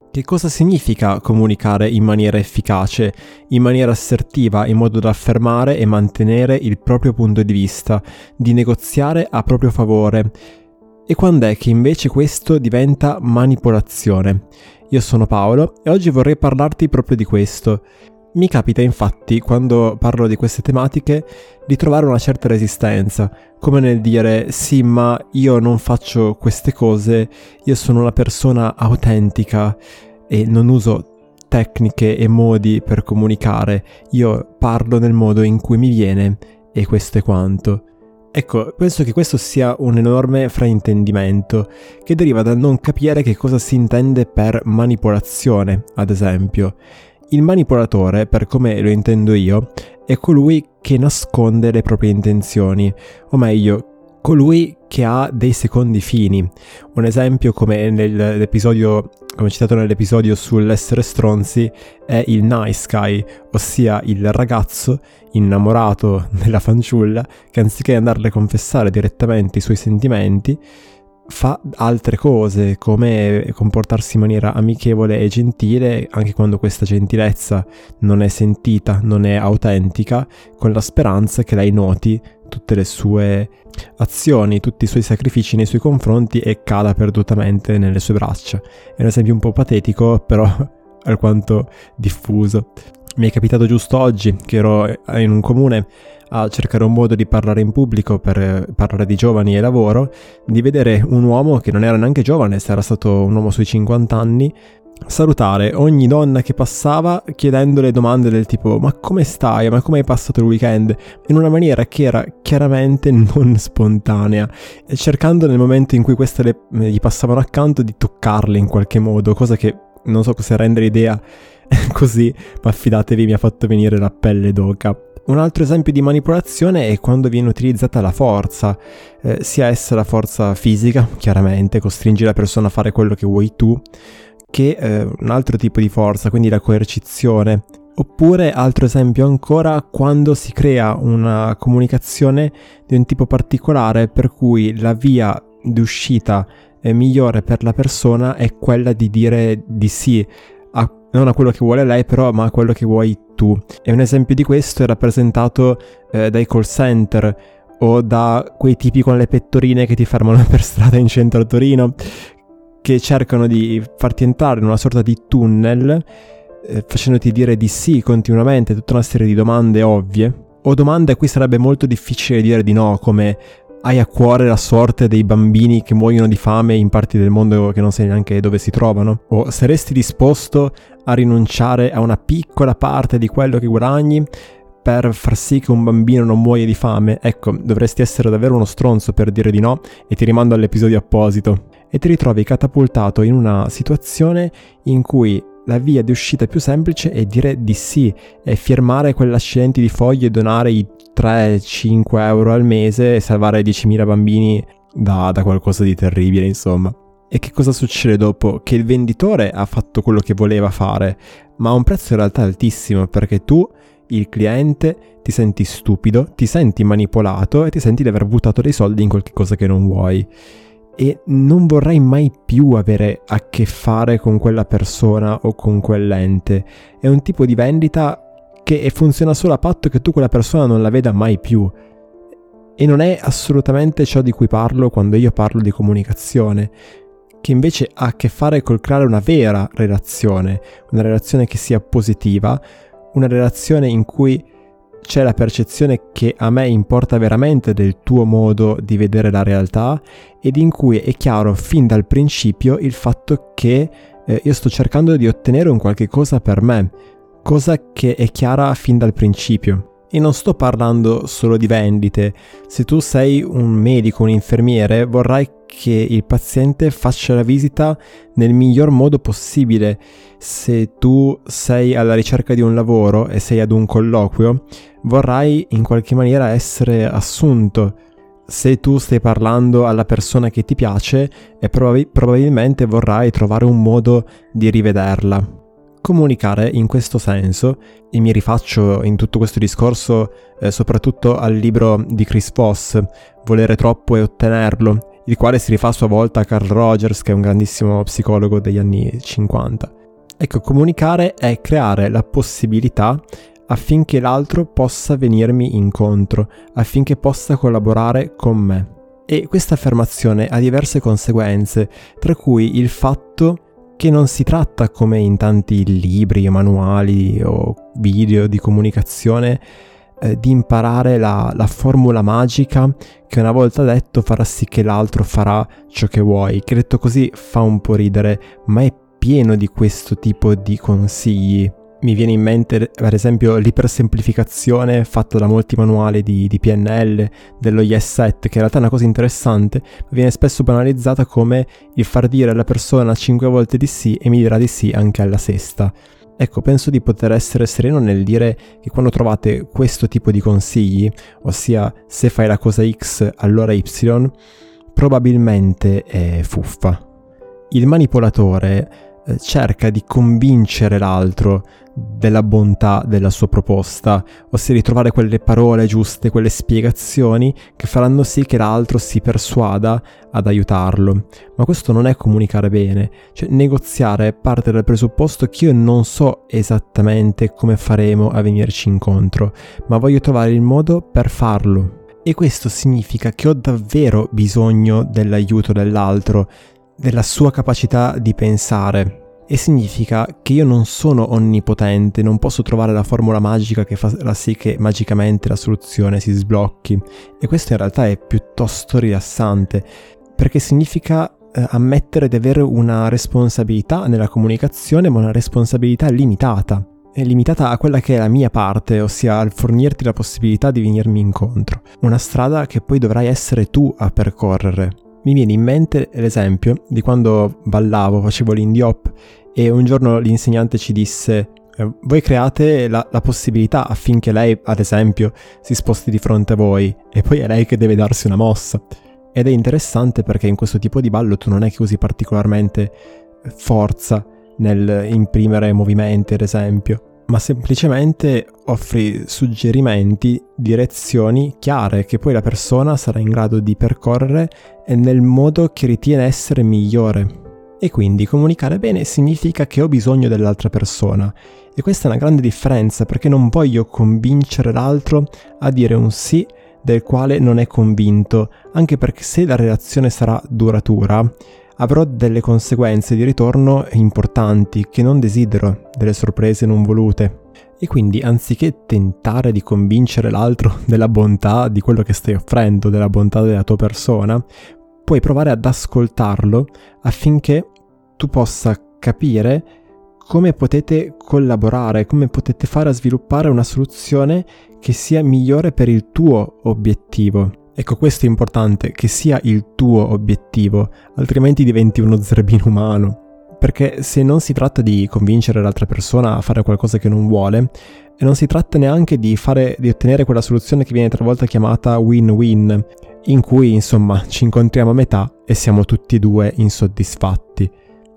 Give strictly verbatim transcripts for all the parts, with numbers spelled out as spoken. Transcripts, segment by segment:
Che cosa significa comunicare in maniera efficace, in maniera assertiva, in modo da affermare e mantenere il proprio punto di vista, di negoziare a proprio favore? E quando è che invece questo diventa manipolazione? Io sono Paolo e oggi vorrei parlarti proprio di questo. Mi capita infatti, quando parlo di queste tematiche, di trovare una certa resistenza, come nel dire sì, ma io non faccio queste cose, io sono una persona autentica e non uso tecniche e modi per comunicare, io parlo nel modo in cui mi viene e questo è quanto. Ecco, penso che questo sia un enorme fraintendimento che deriva dal non capire che cosa si intende per manipolazione, ad esempio. Il manipolatore, per come lo intendo io, è colui che nasconde le proprie intenzioni, o meglio, colui che ha dei secondi fini. Un esempio, come nell'episodio, come citato nell'episodio sull'essere stronzi, è il nice guy, ossia il ragazzo innamorato della fanciulla che anziché andarle a confessare direttamente i suoi sentimenti, fa altre cose, come comportarsi in maniera amichevole e gentile anche quando questa gentilezza non è sentita, non è autentica, con la speranza che lei noti tutte le sue azioni, tutti i suoi sacrifici nei suoi confronti e cada perdutamente nelle sue braccia. È un esempio un po' patetico, però alquanto diffuso. Mi è capitato giusto oggi che ero in un comune a cercare un modo di parlare in pubblico per parlare di giovani e lavoro, di vedere un uomo che non era neanche giovane, se era stato un uomo sui cinquanta anni, salutare ogni donna che passava chiedendole domande del tipo ma come stai, ma come hai passato il weekend, in una maniera che era chiaramente non spontanea, e cercando nel momento in cui queste le, gli passavano accanto di toccarle in qualche modo, cosa che non so se rende l'idea così, ma fidatevi, mi ha fatto venire la pelle d'oca. Un altro esempio di manipolazione è quando viene utilizzata la forza, eh, sia essa la forza fisica, chiaramente, costringi la persona a fare quello che vuoi tu, che eh, un altro tipo di forza, quindi la coercizione. Oppure, altro esempio ancora, quando si crea una comunicazione di un tipo particolare per cui la via d'uscita eh, migliore per la persona è quella di dire di sì, a, non a quello che vuole lei però, ma a quello che vuoi tu. E un esempio di questo è rappresentato eh, dai call center o da quei tipi con le pettorine che ti fermano per strada in centro a Torino, che cercano di farti entrare in una sorta di tunnel eh, facendoti dire di sì continuamente, tutta una serie di domande ovvie, o domande a cui sarebbe molto difficile dire di no, come hai a cuore la sorte dei bambini che muoiono di fame in parti del mondo che non sai neanche dove si trovano? O saresti disposto a rinunciare a una piccola parte di quello che guadagni per far sì che un bambino non muoia di fame? Ecco, dovresti essere davvero uno stronzo per dire di no, e ti rimando all'episodio apposito. E ti ritrovi catapultato in una situazione in cui la via di uscita più semplice è dire di sì, è firmare quell'accidenti di fogli e donare i tre cinque euro al mese e salvare diecimila bambini da, da qualcosa di terribile, insomma. E che cosa succede dopo? Che il venditore ha fatto quello che voleva fare, ma a un prezzo in realtà altissimo, perché tu, il cliente, ti senti stupido, ti senti manipolato e ti senti di aver buttato dei soldi in qualche cosa che non vuoi. E non vorrai mai più avere a che fare con quella persona o con quell'ente. È un tipo di vendita che funziona solo a patto che tu quella persona non la veda mai più. E non è assolutamente ciò di cui parlo quando io parlo di comunicazione, che invece ha a che fare col creare una vera relazione, una relazione che sia positiva, una relazione in cui c'è la percezione che a me importa veramente del tuo modo di vedere la realtà, ed in cui è chiaro fin dal principio il fatto che eh, io sto cercando di ottenere un qualche cosa per me, cosa che è chiara fin dal principio. E non sto parlando solo di vendite. Se tu sei un medico, un infermiere, vorrai che il paziente faccia la visita nel miglior modo possibile. Se tu sei alla ricerca di un lavoro e sei ad un colloquio, vorrai in qualche maniera essere assunto. Se tu stai parlando alla persona che ti piace, e probabil- probabilmente vorrai trovare un modo di rivederla. Comunicare in questo senso, e mi rifaccio in tutto questo discorso eh, soprattutto al libro di Chris Voss, Volere troppo e ottenerlo, il quale si rifà a sua volta a Carl Rogers, che è un grandissimo psicologo degli anni cinquanta. Ecco, comunicare è creare la possibilità affinché l'altro possa venirmi incontro, affinché possa collaborare con me. E questa affermazione ha diverse conseguenze, tra cui il fatto che non si tratta, come in tanti libri, manuali o video di comunicazione, eh, di imparare la, la formula magica che una volta detto farà sì che l'altro farà ciò che vuoi, che detto così fa un po' ridere, ma è pieno di questo tipo di consigli. Mi viene in mente, per esempio, l'ipersemplificazione fatta da molti manuali di, di P N L, dello yes set, che in realtà è una cosa interessante, ma viene spesso banalizzata come il far dire alla persona cinque volte di sì e mi dirà di sì anche alla sesta. Ecco, penso di poter essere sereno nel dire che quando trovate questo tipo di consigli, ossia se fai la cosa X allora Y, probabilmente è fuffa. Il manipolatore cerca di convincere l'altro della bontà della sua proposta, ossia di trovare quelle parole giuste, quelle spiegazioni che faranno sì che l'altro si persuada ad aiutarlo. Ma questo non è comunicare bene, cioè negoziare parte dal presupposto che io non so esattamente come faremo a venirci incontro, ma voglio trovare il modo per farlo. E questo significa che ho davvero bisogno dell'aiuto dell'altro, della sua capacità di pensare, e significa che io non sono onnipotente, non posso trovare la formula magica che farà sì che magicamente la soluzione si sblocchi, e questo in realtà è piuttosto rilassante, perché significa eh, ammettere di avere una responsabilità nella comunicazione, ma una responsabilità limitata, è limitata a quella che è la mia parte, ossia al fornirti la possibilità di venirmi incontro, una strada che poi dovrai essere tu a percorrere. Mi viene in mente l'esempio di quando ballavo, facevo l'indie hop e un giorno l'insegnante ci disse eh, voi create la, la possibilità affinché lei, ad esempio, si sposti di fronte a voi e poi è lei che deve darsi una mossa. Ed è interessante perché in questo tipo di ballo tu non è che usi particolarmente forza nel imprimere movimenti, ad esempio, ma semplicemente offri suggerimenti, direzioni chiare che poi la persona sarà in grado di percorrere nel modo che ritiene essere migliore. E quindi comunicare bene significa che ho bisogno dell'altra persona, e questa è una grande differenza perché non voglio convincere l'altro a dire un sì del quale non è convinto, anche perché se la relazione sarà duratura avrò delle conseguenze di ritorno importanti che non desidero, delle sorprese non volute. E quindi anziché tentare di convincere l'altro della bontà di quello che stai offrendo, della bontà della tua persona, puoi provare ad ascoltarlo affinché tu possa capire come potete collaborare, come potete fare a sviluppare una soluzione che sia migliore per il tuo obiettivo. Ecco, questo è importante, che sia il tuo obiettivo, altrimenti diventi uno zerbino umano. Perché se non si tratta di convincere l'altra persona a fare qualcosa che non vuole, e non si tratta neanche di fare, di ottenere quella soluzione che viene talvolta chiamata win-win, in cui insomma ci incontriamo a metà e siamo tutti e due insoddisfatti.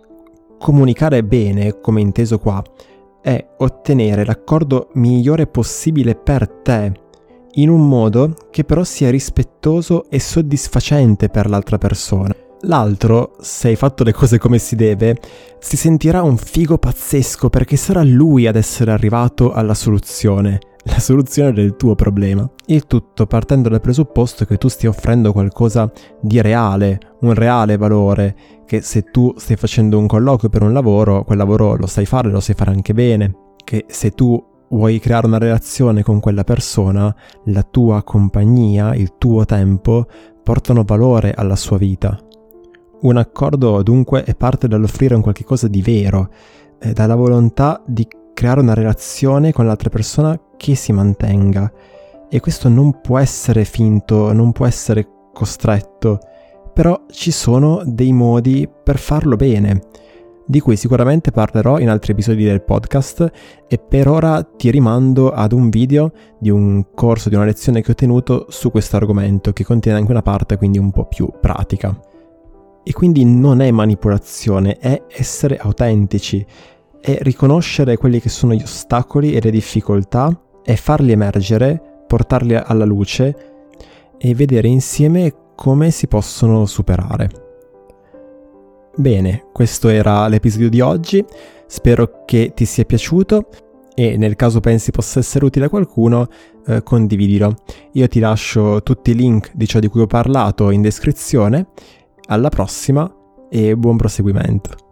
Comunicare bene, come inteso qua, è ottenere l'accordo migliore possibile per te, in un modo che però sia rispettoso e soddisfacente per l'altra persona. L'altro, se hai fatto le cose come si deve, si sentirà un figo pazzesco perché sarà lui ad essere arrivato alla soluzione, la soluzione del tuo problema. Il tutto partendo dal presupposto che tu stia offrendo qualcosa di reale, un reale valore, che se tu stai facendo un colloquio per un lavoro, quel lavoro lo sai fare, lo sai fare anche bene, che se tu vuoi creare una relazione con quella persona, la tua compagnia, il tuo tempo, portano valore alla sua vita. Un accordo dunque è parte dall'offrire un qualche cosa di vero, eh, dalla volontà di creare una relazione con l'altra persona che si mantenga. E questo non può essere finto, non può essere costretto, però ci sono dei modi per farlo bene, di cui sicuramente parlerò in altri episodi del podcast, e per ora ti rimando ad un video di un corso, di una lezione che ho tenuto su questo argomento, che contiene anche una parte quindi un po' più pratica. E quindi non è manipolazione, è essere autentici, è riconoscere quelli che sono gli ostacoli e le difficoltà e farli emergere, portarli alla luce e vedere insieme come si possono superare. Bene, questo era l'episodio di oggi, spero che ti sia piaciuto e nel caso pensi possa essere utile a qualcuno, eh, condividilo. Io ti lascio tutti i link di ciò di cui ho parlato in descrizione. Alla prossima e buon proseguimento.